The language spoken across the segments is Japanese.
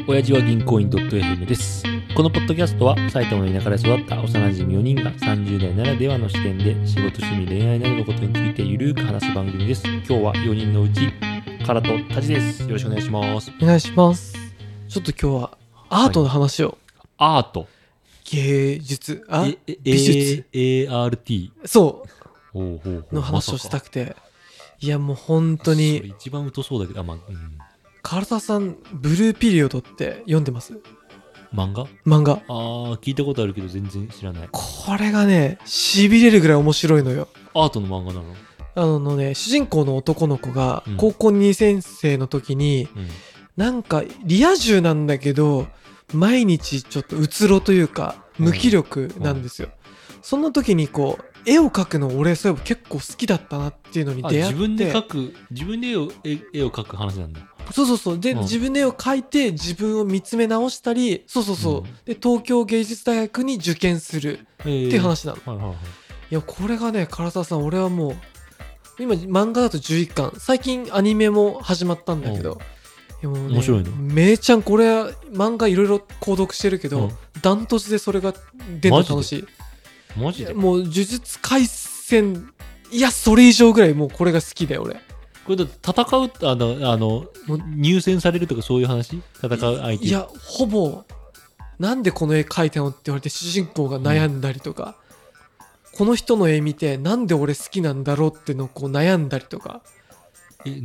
親父は銀行員 .fm です。このポッドキャストは埼玉の田舎で育った幼馴染4人が30代ならではの視点で仕事、趣味、恋愛などのことについてゆるく話す番組です。今日は4人のうちカラとタジです。よろしくお願いします。 お願いします。ちょっと今日はアートの話を、 アート芸術美術 ART そうの話をしたくて、いやもう本当にそれ一番疎そうだけど、 唐田さんブルーピリオドって読んでます？ 漫画聞いたことあるけど全然知らない。 これがね痺れるぐらい面白いのよ。 アートの漫画なの？ 主人公の男の子が高校2年生の時に、なんかリア充なんだけど毎日ちょっとうつろというか無気力なんですよ。そんな時にこう絵を描くの俺そういえば結構好きだったなっていうのに出会って、 自分で絵を描く話なんだ。 そうで、自分で絵を描いて自分を見つめ直したり、で東京芸術大学に受験するっていう話なの。いやこれがね唐沢さん、俺はもう今漫画だと11巻、最近アニメも始まったんだけど、いやもうね、 面白いの？ めいちゃんこれ漫画いろいろ購読してるけど、ダントツでそれが出るの楽しい。 マジで？ もう呪術廻戦、いやそれ以上ぐらいもうこれが好きだよ俺。 これだって戦う入選されるとかそういう話？戦う相手？ いやほぼなんでこの絵描いたのって言われて主人公が悩んだりとか、この人の絵見てなんで俺好きなんだろうってのをこう悩んだりとか。い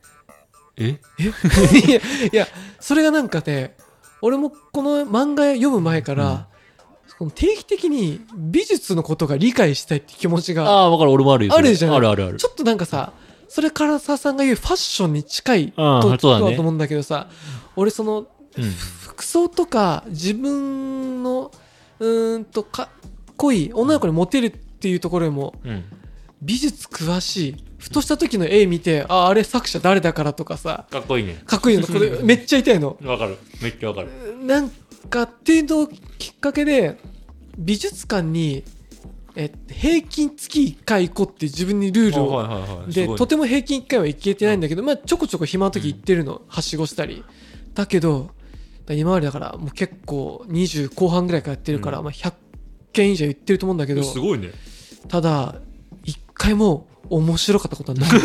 やそれがなんかね、俺もこの漫画読む前から、定期的に美術のことが理解したいって気持ちが分かる。俺もあるよ。 あるじゃない。 ある。 ちょっとなんかさ、それ唐沢さんが言うファッションに近いとだと思うんだけどさ、俺その、服装とか自分のかっこいい女の子にモテるっていうところでも、美術詳しい、ふとした時の絵見て、あれ作者誰だからとかさ、 かっこいいね。 かっこいいのこれめっちゃ痛いの。 わかる、めっちゃわかる。 なんかっていうのをきっかけで美術館に平均月1回行こうって自分にルールを、でとても平均1回は行けてないんだけど、ちょこちょこ暇な時行ってるの、はしごしたりだけど、今までだからもう結構20後半ぐらいからやってるから、100件以上行ってると思うんだけど、 すごいね。ただ1回も面白かったことはない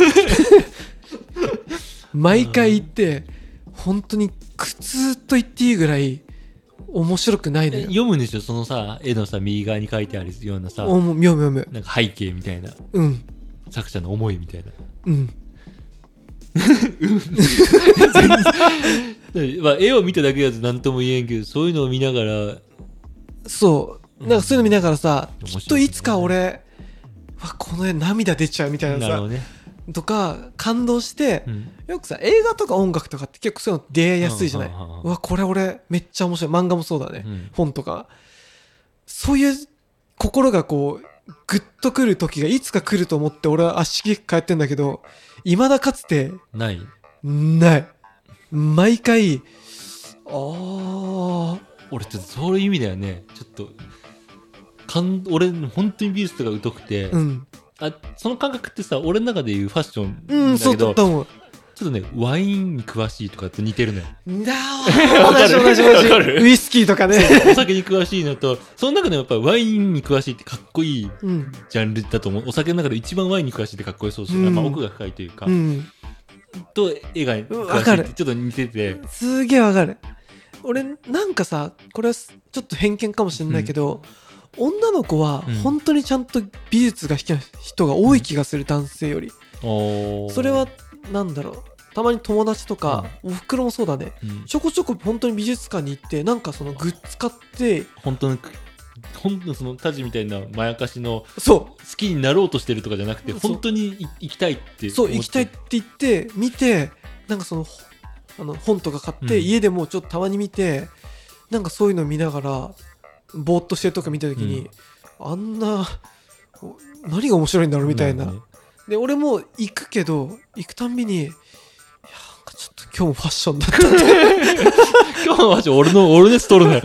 毎回行って本当に苦痛と言っていいぐらい面白くないのよ。 読むんでしょ、そのさ絵のさ右側に書いてあるようなさ、 読むなんか背景みたいな、作者の思いみたいな絵を見ただけだと何とも言えんけど、そういうのを見ながら、 そうなんかそういうの見ながらさ、きっといつか俺この絵涙出ちゃうみたいなさ、とか感動して、よくさ映画とか音楽とかって結構そういうの出会いやすいじゃない。これ俺めっちゃ面白い。漫画もそうだね、本とかそういう心がこうグッとくる時がいつか来ると思って俺は足しげく通ってんだけど、未だかつてない毎回俺ちょっとそういう意味だよね。ちょっと俺本当に美術とか疎くて、その感覚ってさ、俺の中でいうファッションだけど、ちょっとねワインに詳しいとかと似てるのよ。同じウイスキーとかねお酒に詳しいのと、その中でもやっぱワインに詳しいってかっこいいジャンルだと思う。お酒の中で一番ワインに詳しいってかっこいいそうし、奥が深いというか、と絵が詳しいってちょっと似てて、 すげえわかる。俺なんかさ、これはちょっと偏見かもしれないけど、女の子は本当にちゃんと美術が好きな人が多い気がする、男性より。それはなんだろう、たまに友達とか、おふくろもそうだね、ちょこちょこ本当に美術館に行って、なんかそのグッズ買って、 本当のそのタジみたいなまやかしの好きになろうとしてるとかじゃなくて、本当に行きたいって行きたいって言って見て、なんかその本とか買って、家でもちょっとたまに見て、なんかそういうの見ながらぼーっとしてるとか見た時に、あんな何が面白いんだろうみたいな、で俺も行くけど、行くたんびに、いやなんかちょっと今日もファッションだった今日のファッション俺のストローだよ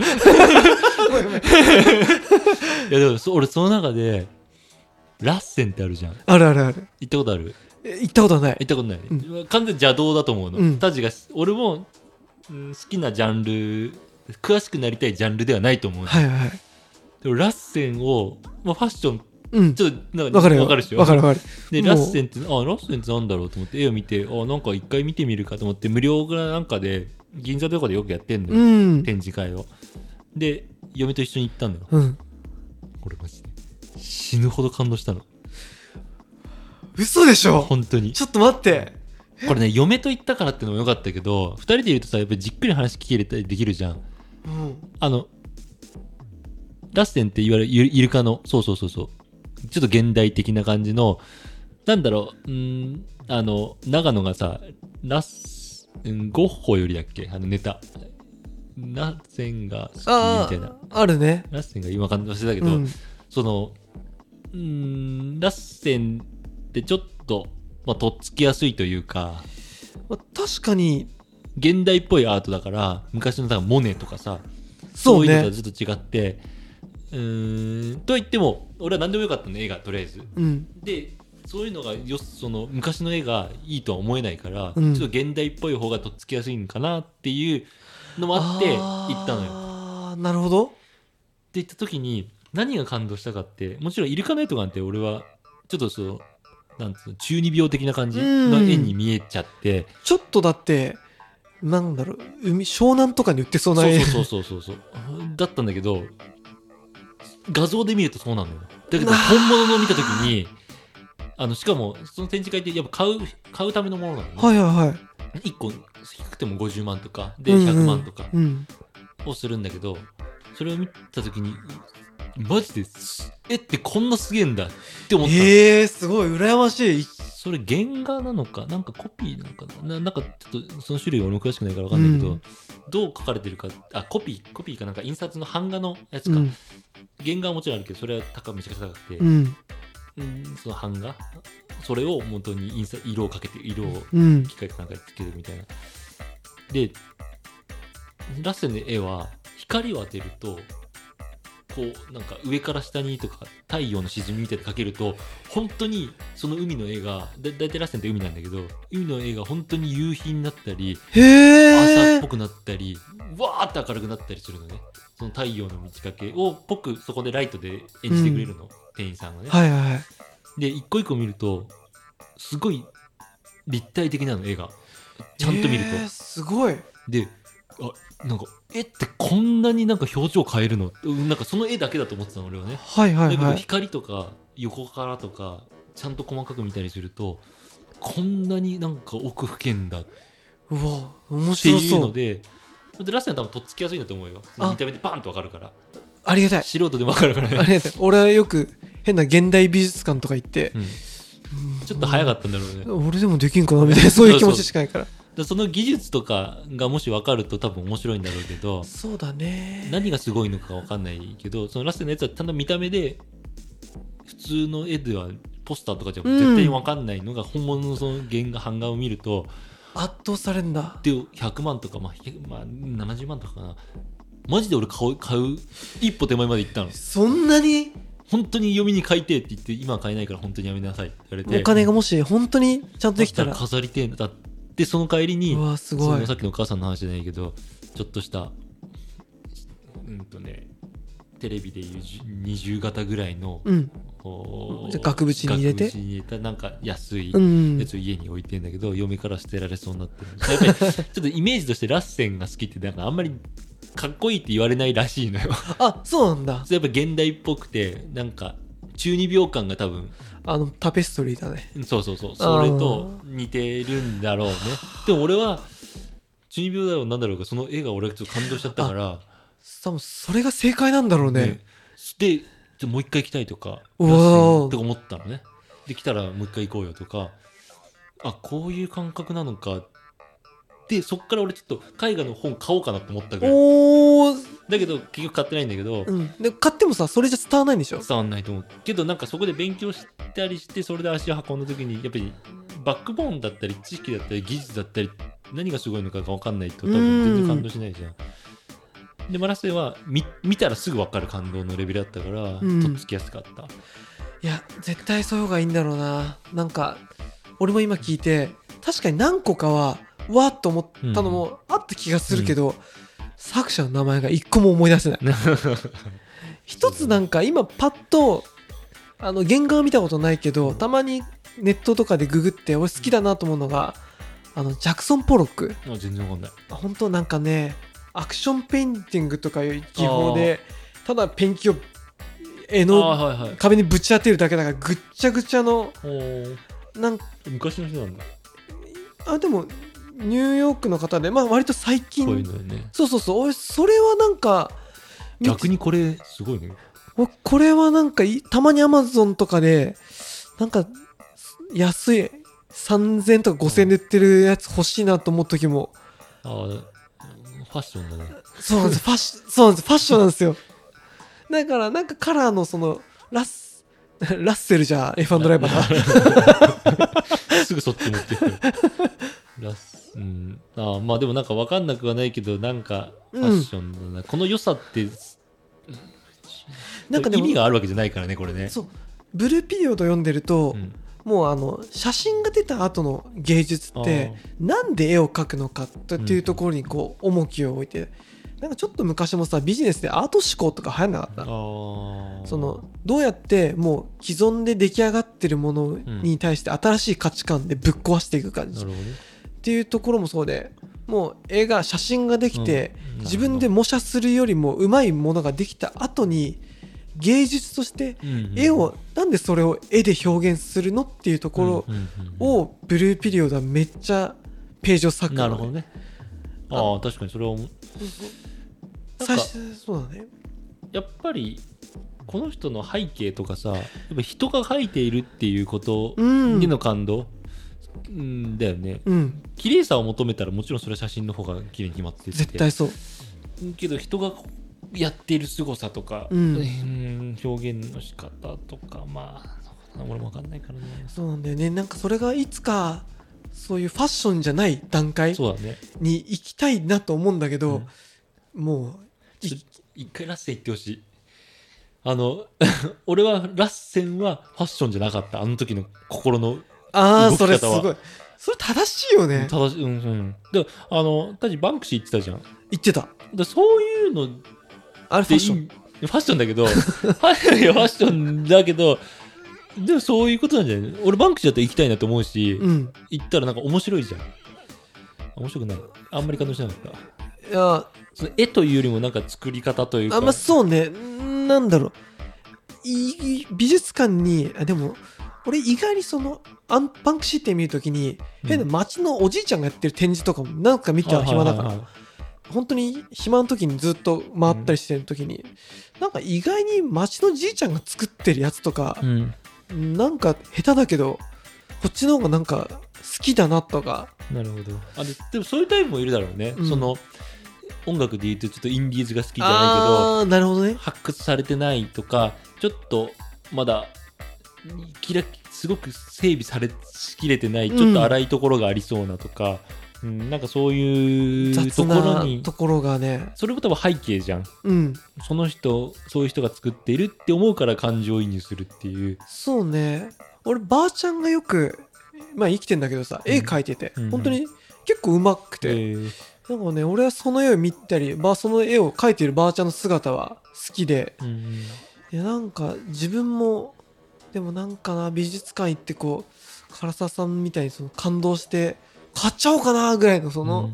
いやでも俺その中でラッセンってあるじゃん。 ある。 行ったことある？ 行ったことない。 完全に邪道だと思うの、タジが。俺も好きなジャンル詳しくなりたいジャンルではないと思う、 はいはい、 でもラッセンを、まあ、ファッションちょっとなんか分かるでしょ。 分かるでラッセンってラッセンってなんだろうと思って絵を見てなんか一回見てみるかと思って無料なんかで銀座とかでよくやってんのよ、展示会を。で嫁と一緒に行ったんだよ、これマジで死ぬほど感動したの。 嘘でしょ。 本当に。 ちょっと待って、 これね嫁と行ったからってのもよかったけど2人でいるとさやっぱりじっくり話聞けたりできるじゃん、ラッセンっていわゆるイルカのそうちょっと現代的な感じのなんだろう長野がさゴッホよりだっけネタラッセンが好きみたいなあるね。 ラッセンが今感じしてたけど、そのラッセンってちょっととっつきやすいというか、 確かに現代っぽいアートだから昔のモネとかさそういうのとはずっと違ってと言っても俺は何でもよかったの映画とりあえず、でそういうのがその昔の絵がいいとは思えないから、ちょっと現代っぽい方がとっつきやすいんかなっていうのもあって行ったのよ。 なるほど。って言った時に何が感動したかってもちろんイルカナイトなんて俺はちょっとなんつうの中二病的な感じの絵に見えちゃって、 ちょっとだってなんだろう湘南とかに売ってそうな絵そうだったんだけど画像で見るとそうなのよ。だけど本物の見た時にしかもその展示会ってやっぱ買うためのものなのね。1個低くても50万とかで100万とかをするんだけど、それを見た時にマジで絵ってこんなすげえんだって思った。 すごい羨ましい。 それ原画なのかなんかコピーなのかな、なんかちょっとその種類は俺も詳しくないから分かんないけど、どう書かれてるかコピーかなんか印刷の版画のやつか、原画はもちろんあるけどそれはめちゃくちゃ高くて、その版画それを元に色をかけて色を機械かなんかでつけるみたいな。でラッセンの絵は光を当てるとこうなんか上から下にとか太陽の沈みみたいに描けると本当にその海の絵がだいたいラッセンって海なんだけど海の絵が本当に夕日になったり朝っぽくなったりわーって明るくなったりするのね。その太陽の満ち欠けをぽくそこでライトで演じてくれるの、店員さんがね。で一個一個見るとすごい立体的なの絵がちゃんと見ると、 すごい。 でなんか絵ってこんなになんか表情変えるのなんかその絵だけだと思ってたの俺はね。だけど光とか横からとかちゃんと細かく見たりするとこんなになんか奥深いんだうわ面白そうっていうのでラッセンは多分とっつきやすいんだと思うよ。見た目でバンと分かるからありがたい。 素人でも分かるからね。 ありがたい。俺はよく変な現代美術館とか行って、 ちょっと早かったんだろうね。 俺でもできんかなみたいなそういう気持ちしかないからその技術とかがもし分かると多分面白いんだろうけど、 そうだね、 何がすごいのか分かんないけどそのラッセンのやつはただ見た目で普通の絵ではポスターとかじゃ絶対に分かんないのが、本物のその版画を見ると圧倒されるんだ。 で100万とか、70万とかかな。マジで俺買う一歩手前まで行ったの。 そんなに本当に読みに買いてって言って今は買えないから本当にやめなさいって言われて、 お金がもし本当にちゃんとできたら飾りてえんだってその帰りにすごいそのさっきのお母さんの話じゃないけどちょっとしたテレビでいう20型ぐらいの、 額縁に入れたなんか安いやつを家に置いてんだけど、嫁から捨てられそうになってる。やっぱりちょっとイメージとしてラッセンが好きってなんかあんまりかっこいいって言われないらしいのよ。 そうなんだ。 やっぱ現代っぽくてなんか中二病感が多分タペストリーだね。 そうそれと似てるんだろうね。でも俺は中二病だろうなんだろうがその絵が俺はちょっと感動しちゃったから多分それが正解なんだろうね。 でもう一回行きたいとかって思ったのね。できたらもう一回行こうよとかこういう感覚なのかでそっから俺ちょっと絵画の本買おうかなと思ったぐらい。だけど結局買ってないんだけど、 で買ってもさそれじゃ伝わらないんでしょ。 伝わらないと思うけどなんかそこで勉強したりしてそれで足を運んだ時にやっぱりバックボーンだったり知識だったり技術だったり何がすごいのかが分かんないと多分全然感動しないじゃん。でラッセンは見たらすぐ分かる感動のレベルだったから、とっつきやすかった。 いや絶対そういう方がいいんだろうな。なんか俺も今聞いて確かに何個かはわーっと思ったのもあっった気がするけど、作者の名前が一個も思い出せない一つなんか今パッと原画は見たことないけど、たまにネットとかでググって俺好きだなと思うのがジャクソン・ポロック。 全然わかんない。 本当なんかね、アクションペインティングとかいう技法でただペンキを絵の壁にぶち当てるだけだからぐっちゃぐちゃの、なん昔の人なんだ。 でもニューヨークの方で、まあ割と最近こういうのよね。 そう俺それはなんか逆にこれすごいね。 これはなんかたまにアマゾンとかでなんか安い3000とか5000で売ってるやつ欲しいなと思う時も、 ファッションだね。 そうなんですファッションなんですよ。だからなんかカラーのそのラッセルじゃ F1 ドライバーだすぐそっち持ってくるまあでもなんか分かんなくはないけど、なんかファッションだな、この良さってなんか意味があるわけじゃないからね、これね。 そう、ブルーピリオド読んでると、もう写真が出た後の芸術ってなんで絵を描くのかっていうところにこう重きを置いて、なんかちょっと昔もさビジネスでアート思考とか流行んなかった。そのどうやってもう既存で出来上がってるものに対して新しい価値観でぶっ壊していく感じ、っていうところもそうで、もう写真ができて、自分で模写するよりもうまいものができた後に芸術として絵をなんでそれを絵で表現するのっていうところをブルーピリオドはめっちゃページを割くの、ね、 なるほどね。確かにそれはそうだね。 やっぱりこの人の背景とかさ、やっぱ人が描いているっていうことにの感動、だよね。綺麗さを求めたらもちろんそれは写真の方が綺麗に決まってて、 絶対そう。 けど人がやっている凄さとか、表現の仕方とか、まあ俺も分かんないからね。 そうなんだよね。なんかそれがいつかそういうファッションじゃない段階に行きたいなと思うんだけど、もう一回ラッセン行ってほしい。俺はラッセンはファッションじゃなかった。あの時の心の動き方は。 それすごい。それ正しいよね。 正しい。で、確かバンクシー言ってたじゃん。 言ってた。 そういうのあれファッション。 ファッションだけど、ファッションだけど、でもそういうことなんじゃない？俺バンクシーだったら行きたいなと思うし、行ったらなんか面白いじゃん。面白くない？あんまり感動しなかった。 いや、 その絵というよりもなんか作り方というか。 そうね。なんだろう。美術館に、でも、俺意外にバンクシー展見るときに、変な街のおじいちゃんがやってる展示とかもなんか見ては暇だから、本当に暇の時にずっと回ったりしてる時に、なんか意外に街のじいちゃんが作ってるやつとか、なんか下手だけどこっちの方がなんか好きだなとか。 なるほど。でもそういうタイプもいるだろうね。その音楽で言うとちょっとインディーズが好きじゃないけど、 なるほどね、 発掘されてないとか、ちょっとまだすごく整備されしきれてない、ちょっと荒いところがありそうなとか、なんかそういうところに、 ところがね、 それも多分背景じゃん。そういう人が作っているって思うから感情移入するっていう。 そうね。俺ばあちゃんがよく、まあ生きてんだけどさ、絵描いてて、本当に結構うまくて、なんかね、俺はその絵を見たり、その絵を描いてるばあちゃんの姿は好きで、いやなんか自分もでもなんかな、美術館行ってこう唐沢さんみたいに感動して買っちゃおうかなぐらいの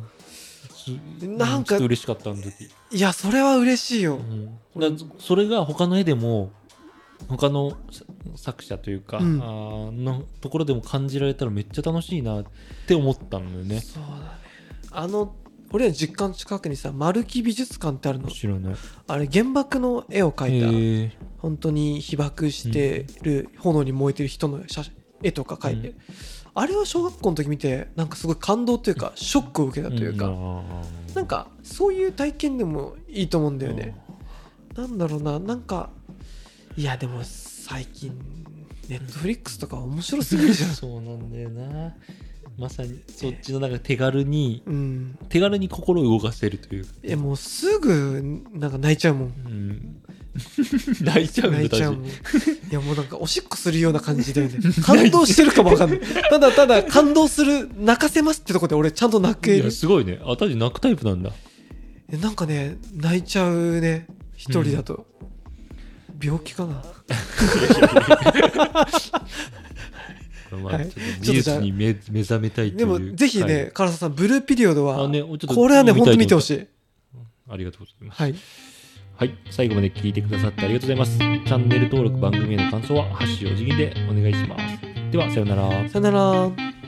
なんかちょっと嬉しかったあの時。 いやそれは嬉しいよ、 それが他の絵でも他の作者というか、のところでも感じられたらめっちゃ楽しいなって思ったんだよね。 そうだね。俺ら実家の近くにさ、丸木美術館ってあるの。 知らない。 あれ原爆の絵を描いた、本当に被爆してる、炎に燃えてる人の絵とか描いて、あれは小学校の時見てなんかすごい感動というかショックを受けたというか、なんかそういう体験でもいいと思うんだよね。なんだろうな、なんかいやでも最近ネットフリックスとか面白すぎるじゃん。 そうなんだよな。まさにそっちのなんか手軽に手軽に心を動かせるというか。 もうすぐなんか泣いちゃうもん。 泣いちゃうんだ。 泣いちゃう。いやもうなんかおしっこするような感じだよね。感動してるかもわかんない。ただ感動する、泣かせますってとこで俺ちゃんと泣ける。 いやすごいね。あ、タジ泣くタイプなんだ。 なんかね、泣いちゃうね、一人だと。病気かな。 まあ、ちょっと美術に目覚めたいという。 でもぜひね、唐沢さんブルーピリオドは、 ね、 これはね本当見てほしい。 ありがとうございます。 はい。 はい、最後まで聞いてくださってありがとうございます。チャンネル登録、番組への感想はハッシュお辞儀でお願いします。ではさようなら。 さよなら。